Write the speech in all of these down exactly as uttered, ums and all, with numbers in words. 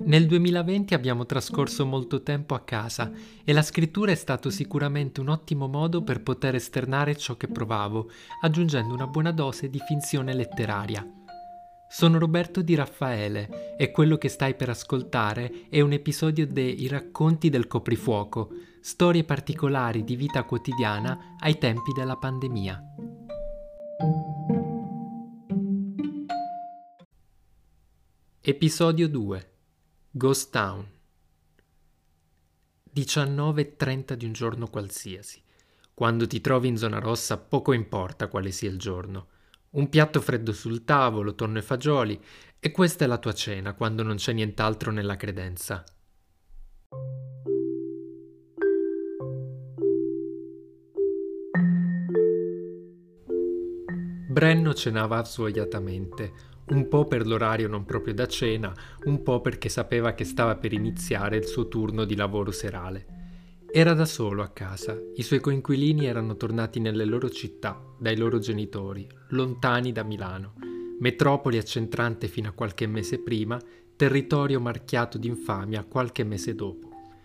Nel duemilaventi abbiamo trascorso molto tempo a casa e la scrittura è stato sicuramente un ottimo modo per poter esternare ciò che provavo, aggiungendo una buona dose di finzione letteraria. Sono Roberto Di Raffaele e quello che stai per ascoltare è un episodio dei Racconti del Coprifuoco, storie particolari di vita quotidiana ai tempi della pandemia. Episodio due. Ghost Town. diciannove e trenta di un giorno qualsiasi. Quando ti trovi in zona rossa poco importa quale sia il giorno. Un piatto freddo sul tavolo, tonno e fagioli, e questa è la tua cena quando non c'è nient'altro nella credenza. Brenno cenava svogliatamente, un po' per l'orario non proprio da cena, un po' perché sapeva che stava per iniziare il suo turno di lavoro serale. Era da solo a casa, i suoi coinquilini erano tornati nelle loro città, dai loro genitori, lontani da Milano, metropoli accentrante fino a qualche mese prima, territorio marchiato d'infamia qualche mese dopo.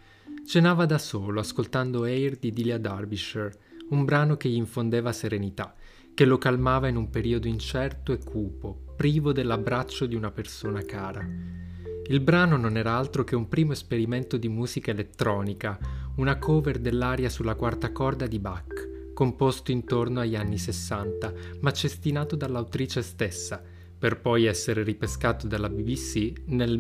Cenava da solo, ascoltando Air di Delia Derbyshire, un brano che gli infondeva serenità, che lo calmava in un periodo incerto e cupo, privo dell'abbraccio di una persona cara. Il brano non era altro che un primo esperimento di musica elettronica, una cover dell'aria sulla quarta corda di Bach, composto intorno agli anni sessanta, ma cestinato dall'autrice stessa, per poi essere ripescato dalla B B C nel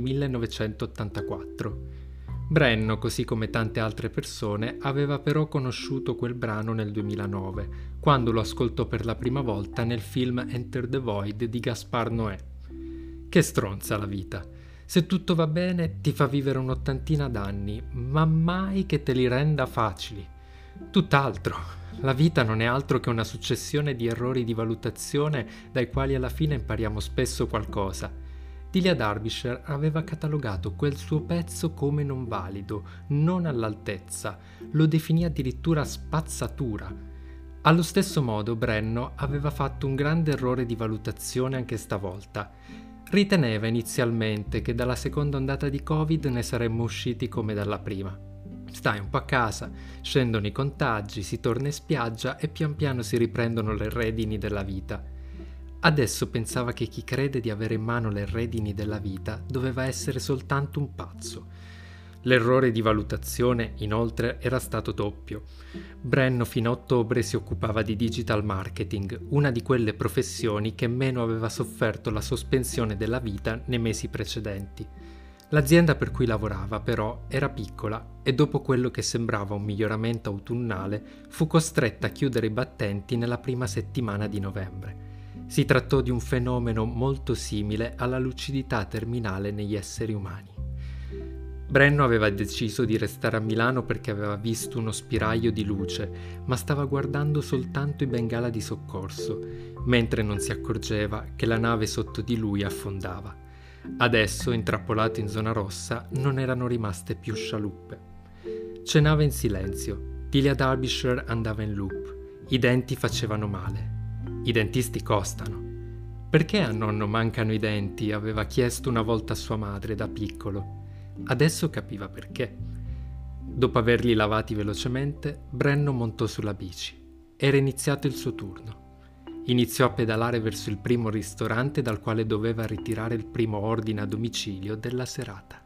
millenovecentottantaquattro. Brenno, così come tante altre persone, aveva però conosciuto quel brano nel duemilanove, quando lo ascoltò per la prima volta nel film Enter the Void di Gaspar Noé. Che stronza la vita! Se tutto va bene ti fa vivere un'ottantina d'anni, ma mai che te li renda facili. Tutt'altro. La vita non è altro che una successione di errori di valutazione dai quali alla fine impariamo spesso qualcosa. Delia Derbyshire aveva catalogato quel suo pezzo come non valido, non all'altezza, lo definì addirittura spazzatura. Allo stesso modo Brenno aveva fatto un grande errore di valutazione anche stavolta. Riteneva inizialmente che dalla seconda ondata di Covid ne saremmo usciti come dalla prima. Stai un po' a casa, scendono i contagi, si torna in spiaggia e pian piano si riprendono le redini della vita. Adesso pensava che chi crede di avere in mano le redini della vita doveva essere soltanto un pazzo. L'errore di valutazione, inoltre, era stato doppio. Brenno fino a ottobre si occupava di digital marketing, una di quelle professioni che meno aveva sofferto la sospensione della vita nei mesi precedenti. L'azienda per cui lavorava, però, era piccola e dopo quello che sembrava un miglioramento autunnale, fu costretta a chiudere i battenti nella prima settimana di novembre. Si trattò di un fenomeno molto simile alla lucidità terminale negli esseri umani. Brenno aveva deciso di restare a Milano perché aveva visto uno spiraglio di luce, ma stava guardando soltanto i bengala di soccorso, mentre non si accorgeva che la nave sotto di lui affondava. Adesso, intrappolato in zona rossa, non erano rimaste più scialuppe. Cenava in silenzio. Delia Derbyshire andava in loop. I denti facevano male. I dentisti costano. Perché a nonno mancano i denti? Aveva chiesto una volta a sua madre da piccolo. Adesso capiva perché. Dopo averli lavati velocemente, Brenno montò sulla bici. Era iniziato il suo turno. Iniziò a pedalare verso il primo ristorante dal quale doveva ritirare il primo ordine a domicilio della serata.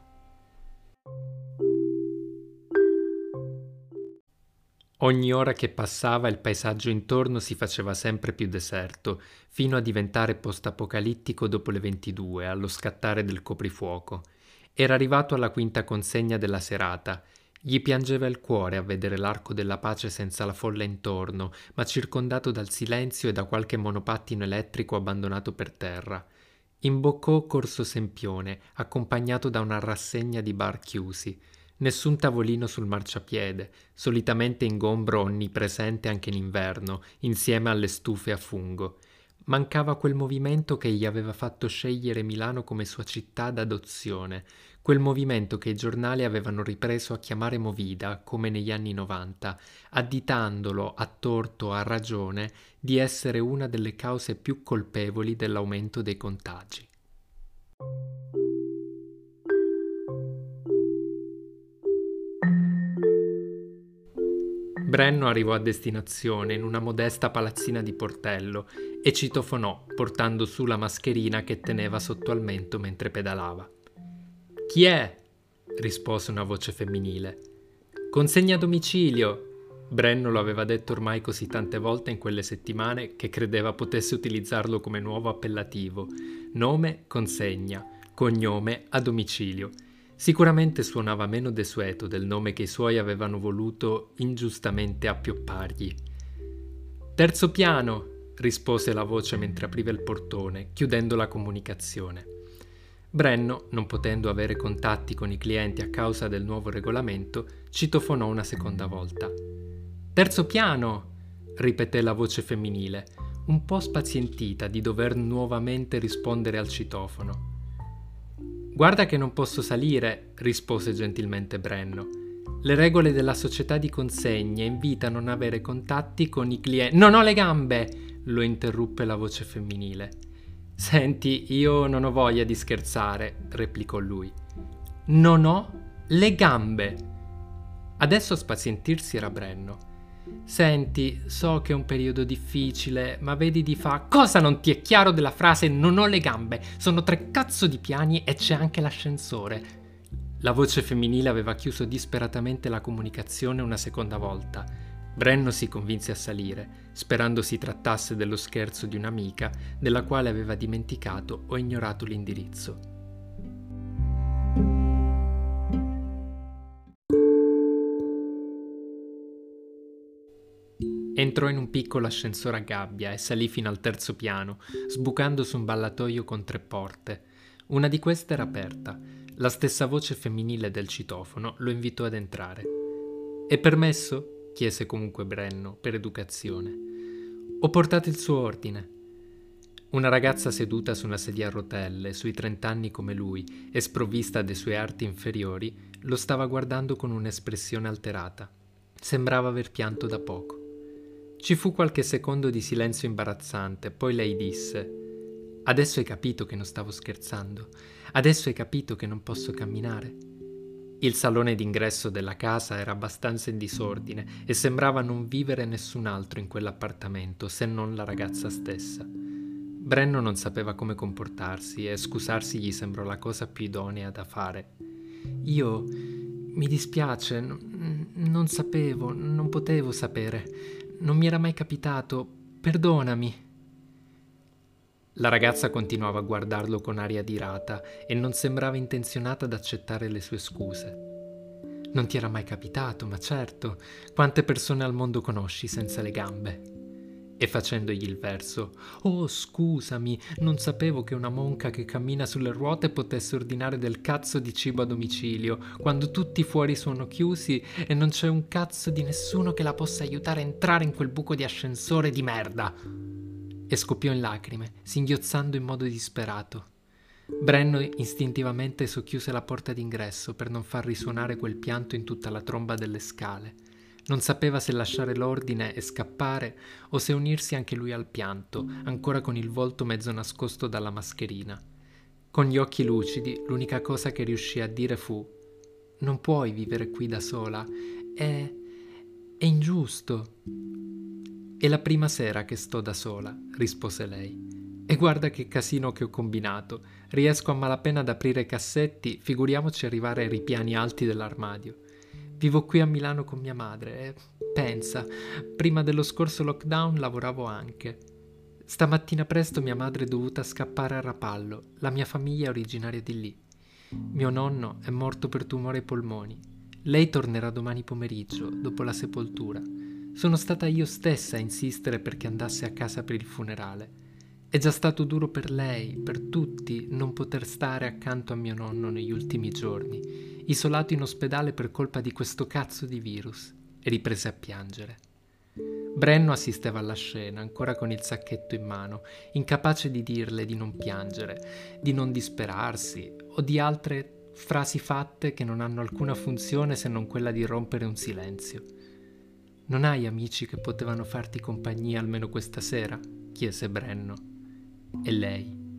Ogni ora che passava il paesaggio intorno si faceva sempre più deserto, fino a diventare post-apocalittico dopo le ventidue, allo scattare del coprifuoco. Era arrivato alla quinta consegna della serata. Gli piangeva il cuore a vedere l'arco della pace senza la folla intorno, ma circondato dal silenzio e da qualche monopattino elettrico abbandonato per terra. Imboccò Corso Sempione, accompagnato da una rassegna di bar chiusi. Nessun tavolino sul marciapiede, solitamente ingombro onnipresente anche in inverno, insieme alle stufe a fungo. Mancava quel movimento che gli aveva fatto scegliere Milano come sua città d'adozione, quel movimento che i giornali avevano ripreso a chiamare Movida, come negli anni novanta, additandolo a torto, a ragione, di essere una delle cause più colpevoli dell'aumento dei contagi. Brenno arrivò a destinazione in una modesta palazzina di Portello e citofonò, portando su la mascherina che teneva sotto al mento mentre pedalava. «Chi è?» rispose una voce femminile. «Consegna a domicilio!» Brenno lo aveva detto ormai così tante volte in quelle settimane che credeva potesse utilizzarlo come nuovo appellativo. Nome, consegna, cognome, a domicilio. Sicuramente suonava meno desueto del nome che i suoi avevano voluto ingiustamente appioppargli. «Terzo piano!» rispose la voce mentre apriva il portone, chiudendo la comunicazione. Brenno, non potendo avere contatti con i clienti a causa del nuovo regolamento, citofonò una seconda volta. «Terzo piano!» ripeté la voce femminile, un po' spazientita di dover nuovamente rispondere al citofono. «Guarda che non posso salire», rispose gentilmente Brenno. «Le regole della società di consegne invitano a non avere contatti con i clienti». «Non ho le gambe!» lo interruppe la voce femminile. «Senti, io non ho voglia di scherzare», replicò lui. «Non ho le gambe!» Adesso a spazientirsi era Brenno. «Senti, so che è un periodo difficile, ma vedi di fa...» «Cosa non ti è chiaro della frase non ho le gambe? Sono tre cazzo di piani e c'è anche l'ascensore!» La voce femminile aveva chiuso disperatamente la comunicazione una seconda volta. Brenno si convinse a salire, sperando si trattasse dello scherzo di un'amica della quale aveva dimenticato o ignorato l'indirizzo. Entrò in un piccolo ascensore a gabbia e salì fino al terzo piano, sbucando su un ballatoio con tre porte. Una di queste era aperta. La stessa voce femminile del citofono lo invitò ad entrare. «È permesso?» chiese comunque Brenno, per educazione. «Ho portato il suo ordine». Una ragazza seduta su una sedia a rotelle, sui trent'anni come lui, e sprovvista dei suoi arti inferiori, lo stava guardando con un'espressione alterata. Sembrava aver pianto da poco. Ci fu qualche secondo di silenzio imbarazzante, poi lei disse: «Adesso hai capito che non stavo scherzando? Adesso hai capito che non posso camminare?» Il salone d'ingresso della casa era abbastanza in disordine e sembrava non vivere nessun altro in quell'appartamento se non la ragazza stessa. Brenno non sapeva come comportarsi e scusarsi gli sembrò la cosa più idonea da fare. «Io... mi dispiace, n- non sapevo, non potevo sapere, non mi era mai capitato, perdonami». La ragazza continuava a guardarlo con aria dirata e non sembrava intenzionata ad accettare le sue scuse. «Non ti era mai capitato, ma certo, quante persone al mondo conosci senza le gambe?» E facendogli il verso: «Oh, scusami, non sapevo che una monca che cammina sulle ruote potesse ordinare del cazzo di cibo a domicilio, quando tutti fuori sono chiusi e non c'è un cazzo di nessuno che la possa aiutare a entrare in quel buco di ascensore di merda!» E scoppiò in lacrime, singhiozzando in modo disperato. Brenno istintivamente socchiuse la porta d'ingresso per non far risuonare quel pianto in tutta la tromba delle scale. Non sapeva se lasciare l'ordine e scappare o se unirsi anche lui al pianto, ancora con il volto mezzo nascosto dalla mascherina. Con gli occhi lucidi, l'unica cosa che riuscì a dire fu: «Non puoi vivere qui da sola, è... è ingiusto». «È la prima sera che sto da sola», rispose lei. «E guarda che casino che ho combinato. Riesco a malapena ad aprire i cassetti, figuriamoci arrivare ai ripiani alti dell'armadio. Vivo qui a Milano con mia madre e, pensa, prima dello scorso lockdown lavoravo anche. Stamattina presto mia madre è dovuta scappare a Rapallo, la mia famiglia è originaria di lì. Mio nonno è morto per tumore ai polmoni. Lei tornerà domani pomeriggio, dopo la sepoltura. Sono stata io stessa a insistere perché andasse a casa per il funerale. È già stato duro per lei, per tutti, non poter stare accanto a mio nonno negli ultimi giorni, isolato in ospedale per colpa di questo cazzo di virus». E riprese a piangere. Brenno assisteva alla scena, ancora con il sacchetto in mano, incapace di dirle di non piangere, di non disperarsi o di altre frasi fatte che non hanno alcuna funzione se non quella di rompere un silenzio. «Non hai amici che potevano farti compagnia almeno questa sera?» chiese Brenno. E lei: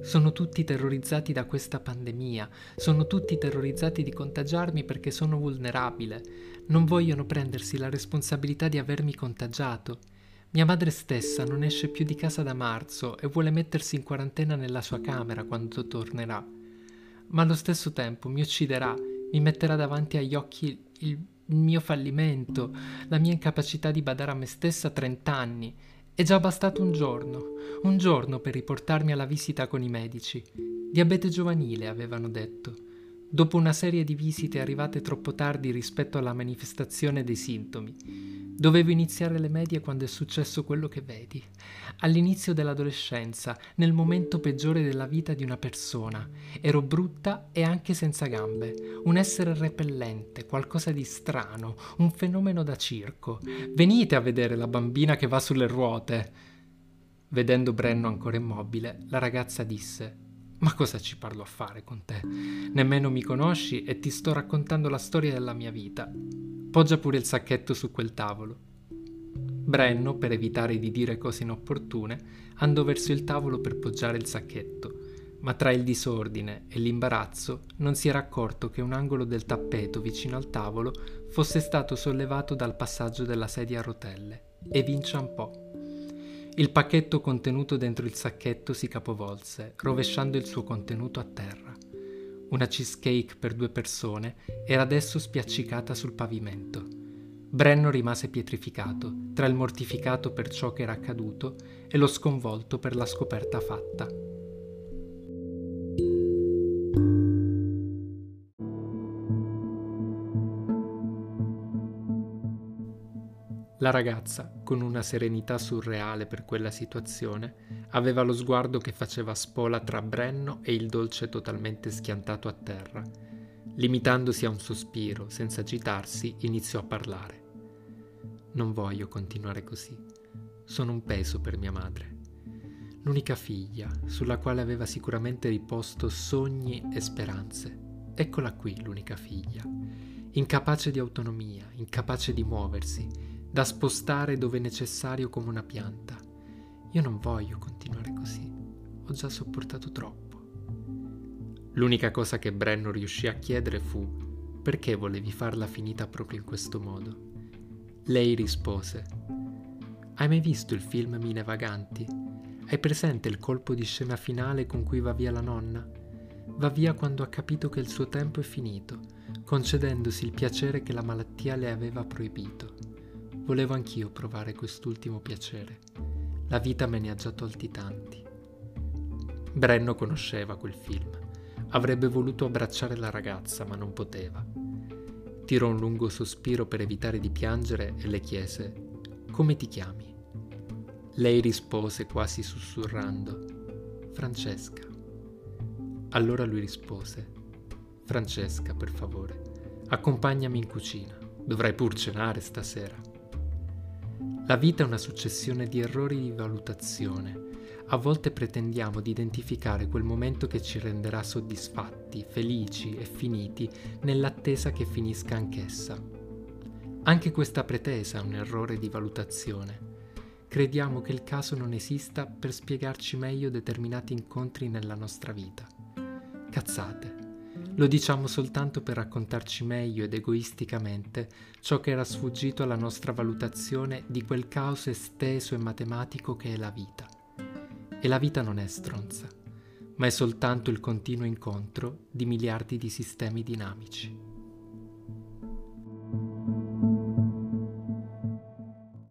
Sono tutti terrorizzati da questa pandemia, sono tutti terrorizzati di contagiarmi perché sono vulnerabile. Non vogliono prendersi la responsabilità di avermi contagiato. Mia madre stessa non esce più di casa da marzo e vuole mettersi in quarantena nella sua camera quando tornerà. Ma allo stesso tempo mi ucciderà, mi metterà davanti agli occhi il mio fallimento, la mia incapacità di badare a me stessa a trent'anni. È già bastato un giorno, un giorno per riportarmi alla visita con i medici. Diabete giovanile, avevano detto. Dopo una serie di visite arrivate troppo tardi rispetto alla manifestazione dei sintomi. Dovevo iniziare le medie quando è successo quello che vedi. All'inizio dell'adolescenza, nel momento peggiore della vita di una persona. Ero brutta e anche senza gambe. Un essere repellente, qualcosa di strano, un fenomeno da circo. Venite a vedere la bambina che va sulle ruote. Vedendo Brenno ancora immobile, la ragazza disse: «Ma cosa ci parlo a fare con te? Nemmeno mi conosci e ti sto raccontando la storia della mia vita. Poggia pure il sacchetto su quel tavolo». Brenno, per evitare di dire cose inopportune, andò verso il tavolo per poggiare il sacchetto, ma tra il disordine e l'imbarazzo non si era accorto che un angolo del tappeto vicino al tavolo fosse stato sollevato dal passaggio della sedia a rotelle e vi inciampò. Il pacchetto contenuto dentro il sacchetto si capovolse, rovesciando il suo contenuto a terra. Una cheesecake per due persone era adesso spiaccicata sul pavimento. Brenno rimase pietrificato, tra il mortificato per ciò che era accaduto e lo sconvolto per la scoperta fatta. La ragazza, con una serenità surreale per quella situazione, aveva lo sguardo che faceva spola tra Brenno e il dolce totalmente schiantato a terra. Limitandosi a un sospiro, senza agitarsi, iniziò a parlare. «Non voglio continuare così. Sono un peso per mia madre. L'unica figlia, sulla quale aveva sicuramente riposto sogni e speranze. Eccola qui, l'unica figlia. Incapace di autonomia, incapace di muoversi, da spostare dove necessario come una pianta. Io non voglio continuare così. Ho già sopportato troppo». L'unica cosa che Brenno riuscì a chiedere fu: «Perché volevi farla finita proprio in questo modo?» Lei rispose: «Hai mai visto il film Mine Vaganti? Hai presente il colpo di scena finale con cui va via la nonna? Va via quando ha capito che il suo tempo è finito, concedendosi il piacere che la malattia le aveva proibito. Volevo anch'io provare quest'ultimo piacere. La vita me ne ha già tolti tanti». Brenno conosceva quel film. Avrebbe voluto abbracciare la ragazza, ma non poteva. Tirò un lungo sospiro per evitare di piangere e le chiese: «Come ti chiami?» Lei rispose quasi sussurrando: «Francesca». Allora lui rispose: «Francesca, per favore, accompagnami in cucina. Dovrai pur cenare stasera». La vita è una successione di errori di valutazione. A volte pretendiamo di identificare quel momento che ci renderà soddisfatti, felici e finiti nell'attesa che finisca anch'essa. Anche questa pretesa è un errore di valutazione. Crediamo che il caso non esista per spiegarci meglio determinati incontri nella nostra vita. Cazzate. Lo diciamo soltanto per raccontarci meglio ed egoisticamente ciò che era sfuggito alla nostra valutazione di quel caos esteso e matematico che è la vita. E la vita non è stronza, ma è soltanto il continuo incontro di miliardi di sistemi dinamici.